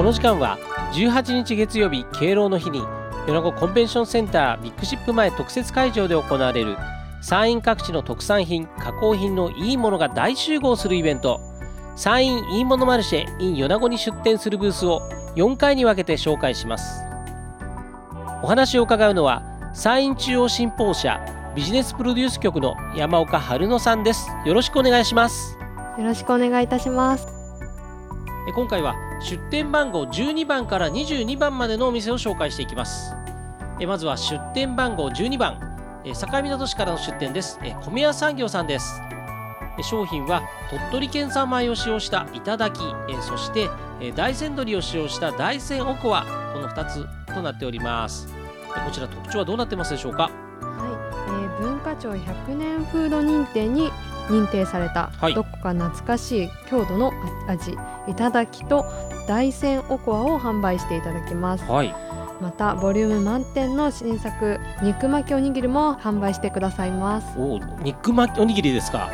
の時間は18日月曜日敬老の日に米子コンベンションセンタービッグシップ前特設会場で行われる山陰各地の特産品加工品のいいものが大集合するイベント、山陰いいものマルシェ in 米子に出店するブースを4回に分けて紹介します。お話を伺うのは山陰中央新報社ビジネスプロデュース局の山岡春乃さんです。よろしくお願いします。 よろしくお願いいたします。 今回は出店番号12番から22番までのお店を紹介していきます。まずは出店番号12番、境港市からの出店です。米屋産業さんです。商品は鳥取県産米を使用したいただき、そして大山鶏を使用した大山おこわ、この2つとなっております。こちら特徴はどうなってますでしょうか？ 文化庁100年フード認定に認定された、どこか懐かしい郷土の味いただきと大山おこわを販売していただきます。またボリューム満点の新作肉巻きおにぎりも販売してくださいます。 肉巻きおにぎりですか？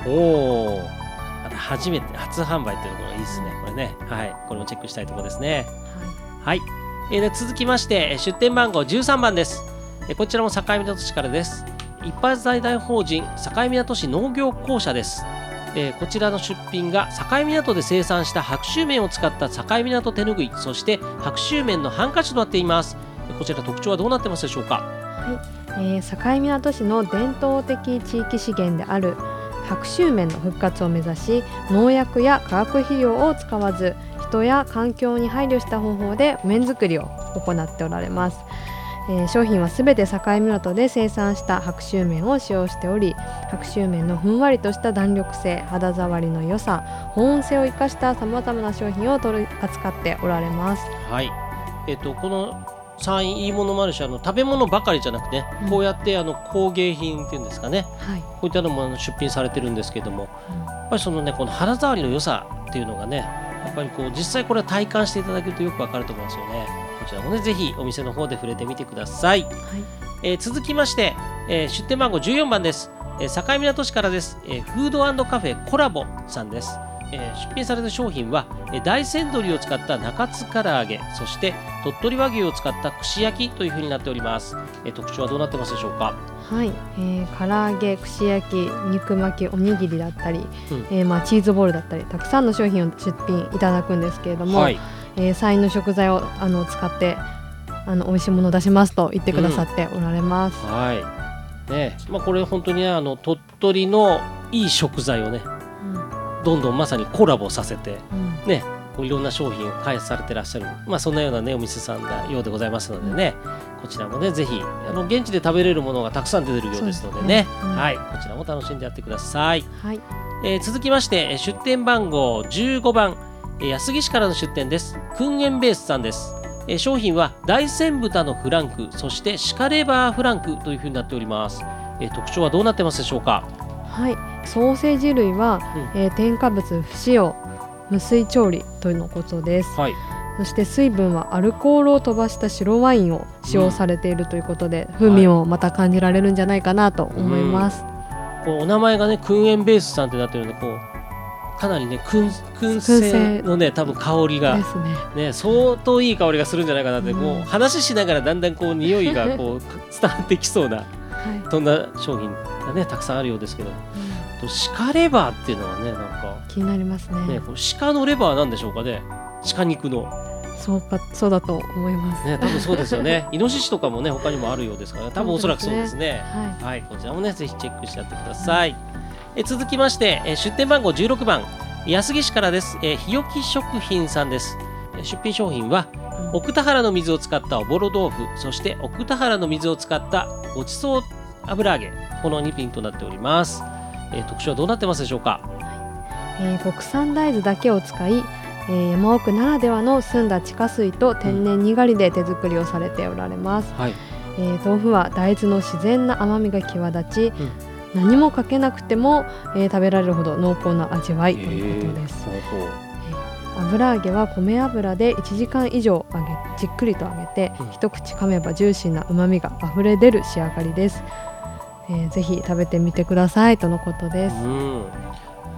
初めて初販売というのがいいですね。これね、これもチェックしたいところですね。で続きまして出店番号13番です。こちらも境港市からです。一般財団法人境港市農業公社です。こちらの出品が境港で生産した白州麺を使った境港手ぬぐい、そして白州麺のハンカチとなっています。こちら特徴はどうなってますでしょうか？ 境港市の伝統的地域資源である白州麺の復活を目指し、農薬や化学肥料を使わず人や環境に配慮した方法で麺作りを行っておられます。商品はすべて境港で生産した白州麺を使用しており、白州麺のふんわりとした弾力性、肌触りの良さ、保温性を生かしたさまざまな商品を取り扱っておられます。 この山陰いいものマルシェ食べ物ばかりじゃなくて、こうやって工芸品っていうんですかね、こういったのも出品されてるんですけども、やっぱりそのね、この肌触りの良さっていうのがね、やっぱりこう実際これは体感していただけるとよくわかると思いますよね。こちらもね、ぜひお店の方で触れてみてください。続きまして、出店番号14番です。境港市からです。フード&カフェコラボさんです。出品された商品は大山鶏を使った中津唐揚げ、そして鳥取和牛を使った串焼きという風になっております。特徴はどうなってますでしょうか？ 唐揚げ、串焼き、肉巻きおにぎりだったり、チーズボールだったり、たくさんの商品を出品いただくんですけれども、山陰の食材を使って美味しいものを出しますと言ってくださっておられます。 これ本当に鳥取のいい食材をね、どんどんまさにコラボさせて、こういろんな商品を開発されてらっしゃる、そんなようなねお店さんなようでございますのでね、こちらもねぜひ現地で食べれるものがたくさん出てるようですのでね、こちらも楽しんでやってください。続きまして出店番号15番、安来市からの出店です。燻煙ベースさんです。商品は大山豚のフランク、そして鹿レバーフランクという風になっております。特徴はどうなってますでしょうか？ ソーセージ類は、添加物不使用、無水調理というのことです。そして水分はアルコールを飛ばした白ワインを使用されているということで、風味をまた感じられるんじゃないかなと思います。 お名前がね燻煙ベースさんってなってるので、こうかなりね燻製のね多分香りがね相当いい香りがするんじゃないかなって、こう話しながらだんだんこう匂いがこう伝わってきそうな、そんな商品がねたくさんあるようですけど、鹿レバーっていうのはねなんか気になりますね。 こう鹿のレバーなんでしょうかね。鹿肉のそうだと思いますね。多分そうですよね。イノシシとかもね他にもあるようですから、多分おそらくそうですね。こちらもねぜひチェックしてやってください。続きまして出店番号16番、安来市からです。日置食品さんです。出品商品は奥田原の水を使ったおぼろ豆腐、そして奥田原の水を使ったごちそう油揚げ、この2品となっております。特徴はどうなってますでしょうか？ 国産大豆だけを使い、山奥ならではの澄んだ地下水と天然にがりで手作りをされておられます。豆腐は大豆の自然な甘みが際立ち、何もかけなくても、食べられるほど濃厚な味わいということです。油揚げは米油で1時間以上揚げじっくりと揚げて、一口噛めばジューシーな旨味があふれ出る仕上がりです。ぜひ食べてみてくださいとのことです。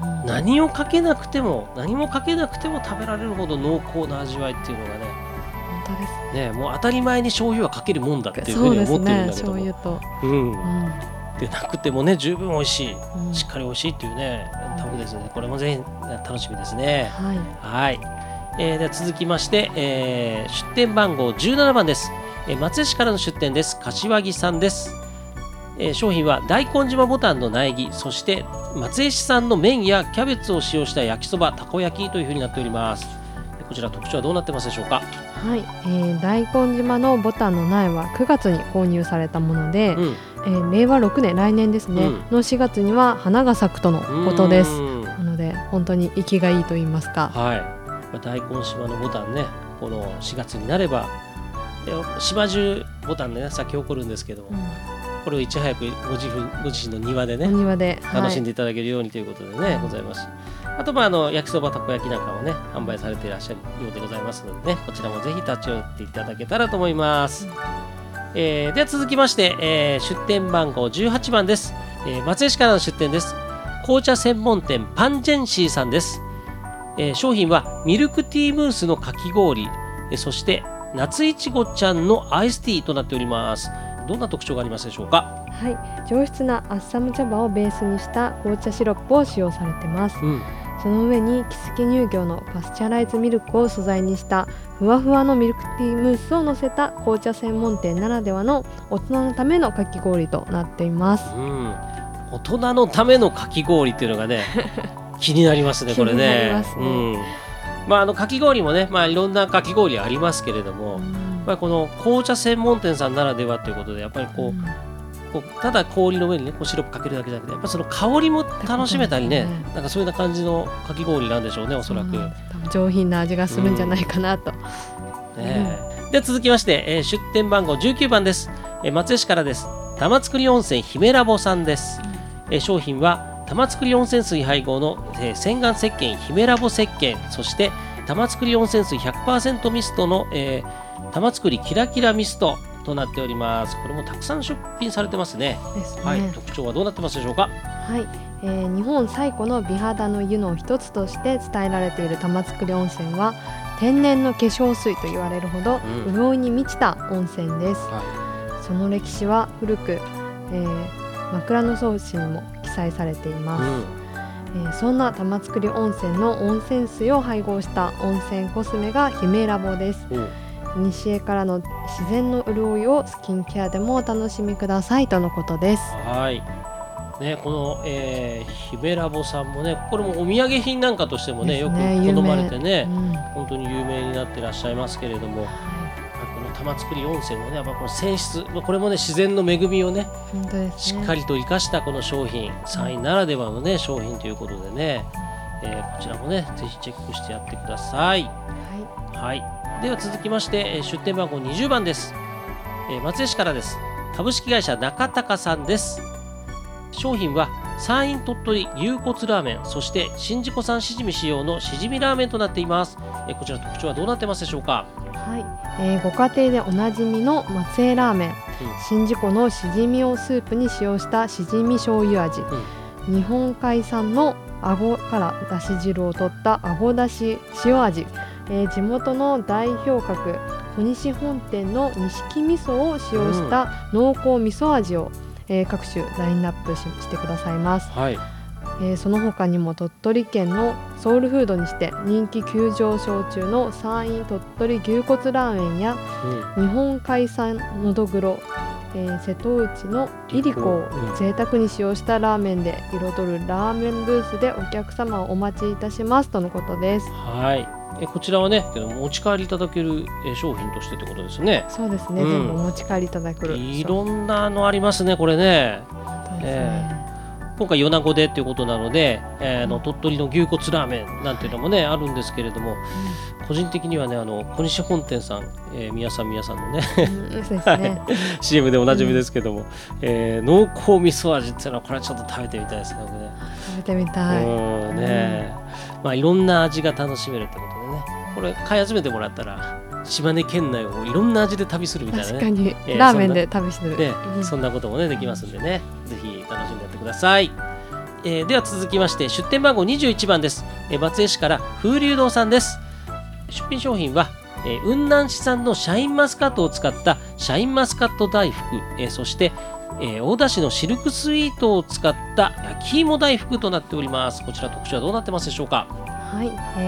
何をかけなくても食べられるほど濃厚な味わいっていうのがね、 本当ですね、もう当たり前に醤油はかけるもんだっていうふうに思ってるんだけども、 そうですね、醤うんでなくてもね十分美味しい、 うんしっかり美味しいっていうねタコですね。これもぜひ楽しみですね。 はい、 はい、では続きまして、出店番号17番です。松江市からの出店です。柏木さんです。商品は大根島ボタンの苗木、そして松江市産の麺やキャベツを使用した焼きそば、たこ焼きというふうになっております。こちら特徴はどうなってますでしょうか。 はい、大根島のボタンの苗は9月に購入されたもので、令和6年来年ですね、の4月には花が咲くとのことです。なので本当に生きがいいと言いますか、 はい、大根島のボタンね、この4月になれば島中ボタンね咲き誇るんですけども、これをいち早くご自身の庭でね、楽しんでいただけるようにということでね、ございます。あと焼きそば、たこ焼きなんかもね販売されていらっしゃるようでございますのでね、こちらもぜひ立ち寄っていただけたらと思います。では続きまして、出店番号18番です。松江市からの出店です。紅茶専門店パンジェンシーさんです。商品はミルクティームースのかき氷、そして夏いちごちゃんのアイスティーとなっております。どんな特徴がありますでしょうか。 はい、上質なアッサム茶葉をベースにした紅茶シロップを使用されています。その上に木杉乳業のパスチャライズミルクを素材にしたふわふわのミルクティームースを乗せた紅茶専門店ならではの大人のためのかき氷となっています。 大人のためのかき氷っていうのがね気になりますね、これね。かき氷もね、いろんなかき氷ありますけれども、この紅茶専門店さんならではということで、やっぱりただ氷の上にねシロップかけるだけじゃなくて、やっぱその香りも楽しめたりね、なんかそういうような感じのかき氷なんでしょうね、おそらく。 上品な味がするんじゃないかなと。 では続きまして、出店番号19番です。松江市からです。玉造温泉姫ラボさんです。商品は玉造温泉水配合の、洗顔石鹸姫ラボ石鹸、そして玉造温泉水 100% ミストの、玉造キラキラミストとなっております。これもたくさん出品されてますね。はい、特徴はどうなってますでしょうか。 はい、日本最古の美肌の湯の一つとして伝えられている玉造温泉は天然の化粧水と言われるほど潤いに満ちた温泉です。その歴史は古く、枕草子にも記載されています。そんな玉造温泉の温泉水を配合した温泉コスメが姫ラボです。西からの自然の潤いをスキンケアでもお楽しみくださいとのことです。 はいね、この、姫ラボさんもね、これもお土産品なんかとしてもねよく好まれてね、本当に有名になっていらっしゃいますけれども、この玉造温泉のね、やっぱこの泉質、これもね自然の恵みをねしっかりと生かしたこの商品、山陰ならではのね商品ということでね、こちらもねぜひチェックしてやってください。はい、では続きまして、出店番号20番です。松江市からです。株式会社中高さんです。商品は山陰鳥取牛骨ラーメン、そして宍道湖産しじみ使用のしじみラーメンとなっています。こちら特徴はどうなってますでしょうか。 はい、ご家庭でおなじみの松江ラーメン、宍道湖のしじみをスープに使用したしじみ醤油味、日本海産のあごからだし汁を取ったあごだし塩味、地元の代表格小西本店の錦味噌を使用した濃厚味噌味を、各種ラインナップ してくださいます。その他にも鳥取県のソウルフードにして人気急上昇中の山陰鳥取牛骨ラーメンや、日本海産のどぐろ、瀬戸内のいりこを贅沢に使用したラーメンで彩るラーメンブースでお客様をお待ちいたしますとのことです。 はい、こちらはね持ち帰りいただける商品としてってことですね。 そうですね、全部お持ち帰りいただける、 いろんなのありますね、これね。今回米子でっていうことなので、鳥取の牛骨ラーメンなんていうのもねあるんですけれども、個人的にはね小西本店さん、宮さんのね、CM でおなじみですけども、濃厚味噌味っていうのはこれはちょっと食べてみたいですね。 食べてみたい。 いろんな味が楽しめるってことでね、これ買い集めてもらったら島根県内をいろんな味で旅するみたいなね。 確かに、ラーメンで旅する、 そんなこともねできますんでね、ぜひ楽しんでやってください。 では続きまして出店番号21番です。松江市から風流堂さんです。出品商品は雲南市産のシャインマスカットを使ったシャインマスカット大福、そして大田市のシルクスイートを使った焼き芋大福となっております。こちら特徴はどうなってますでしょうか？ はい、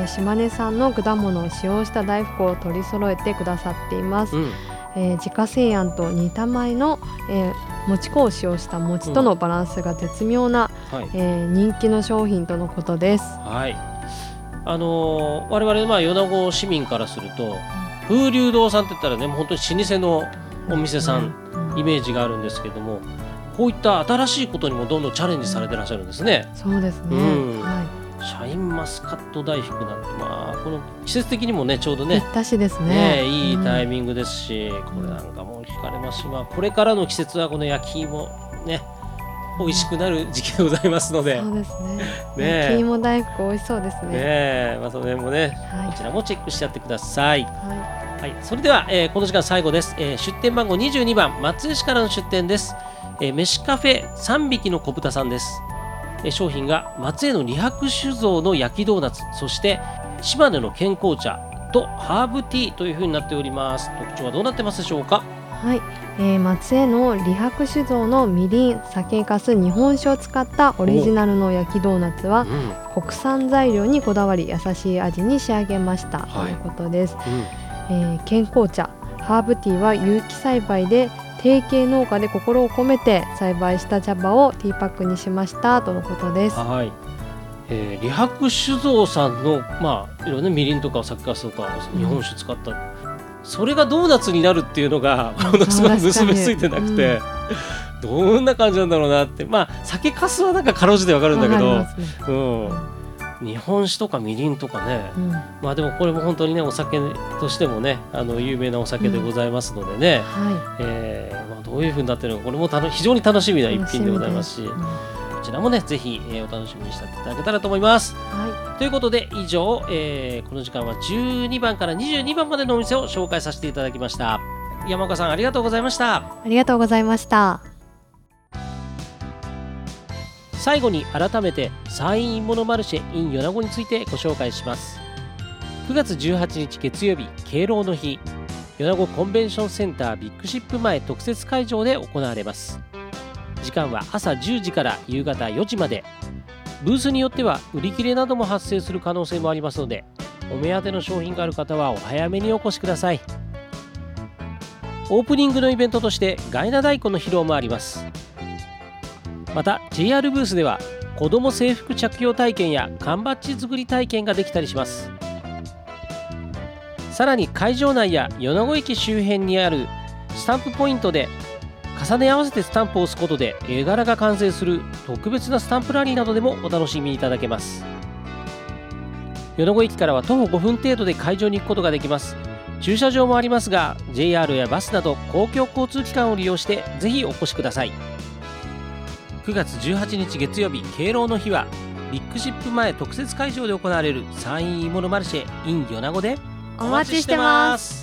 島根産の果物を使用した大福を取り揃えてくださっています。自家製あんと煮た米の、餅粉を使用した餅とのバランスが絶妙な、人気の商品とのことです。 はい、我々、米子市民からすると、風流堂さんって言ったらね、もう本当に老舗のお店さん、イメージがあるんですけれども、こういった新しいことにもどんどんチャレンジされてらっしゃるんですね。 そうですね、 シャインマスカット大福なんて、この季節的にもねちょうどねぴったしですね。 いいタイミングですし、これなんかも聞かれますし、これからの季節はこの焼き芋ね美味しくなる時期でございますので、 そうですね。焼き芋大福美味しそうですね。 その辺もね、こちらもチェックしてやってください。それでは、この時間最後です。出店番号22番松江市からの出店です。飯カフェ3匹の子豚さんです。商品が松江の二白酒造の焼きドーナツ、そして島根の健康茶とハーブティーという風になっております。特徴はどうなってますでしょうか？ はい、松江の理白酒造のみりん、酒粕、日本酒を使ったオリジナルの焼きドーナツは、国産材料にこだわり優しい味に仕上げましたということです。健康茶、ハーブティーは有機栽培で提携農家で心を込めて栽培した茶葉をティーパックにしましたとのことです。 理白酒造さんの、いろんなみりんとかお酒粕とか日本酒使った、それがドーナツになるっていうのがものすごく結びついてなくて、どんな感じなんだろうなって。酒粕はなんかかろうじてわかるんだけど、日本酒とかみりんとかね、でもこれも本当にねお酒としてもね有名なお酒でございますのでね、どういう風になってるのかこれも非常に楽しみな一品でございますし、こちらもねぜひ、お楽しみにしていただけたらと思います。ということで以上、この時間は12番から22番までのお店を紹介させていただきました。山岡さんありがとうございました。 ありがとうございました。 最後に改めて山陰芋のマルシェ in 米子についてご紹介します。9月18日月曜日敬老の日、米子コンベンションセンタービッグシップ前特設会場で行われます。時間は朝10時から夕方4時まで。ブースによっては売り切れなども発生する可能性もありますので、お目当ての商品がある方はお早めにお越しください。オープニングのイベントとしてガイナ太鼓の披露もあります。また JR ブースでは子ども制服着用体験や缶バッジ作り体験ができたりします。さらに会場内や米子駅周辺にあるスタンプポイントで重ね合わせてスタンプを押すことで絵柄が完成する特別なスタンプラリーなどでもお楽しみいただけます。米子駅からは徒歩5分程度で会場に行くことができます。駐車場もありますが JR やバスなど公共交通機関を利用してぜひお越しください。9月18日月曜日敬老の日はビッグシップ前特設会場で行われる山陰芋のマルシェ in 米子でお待ちしてます。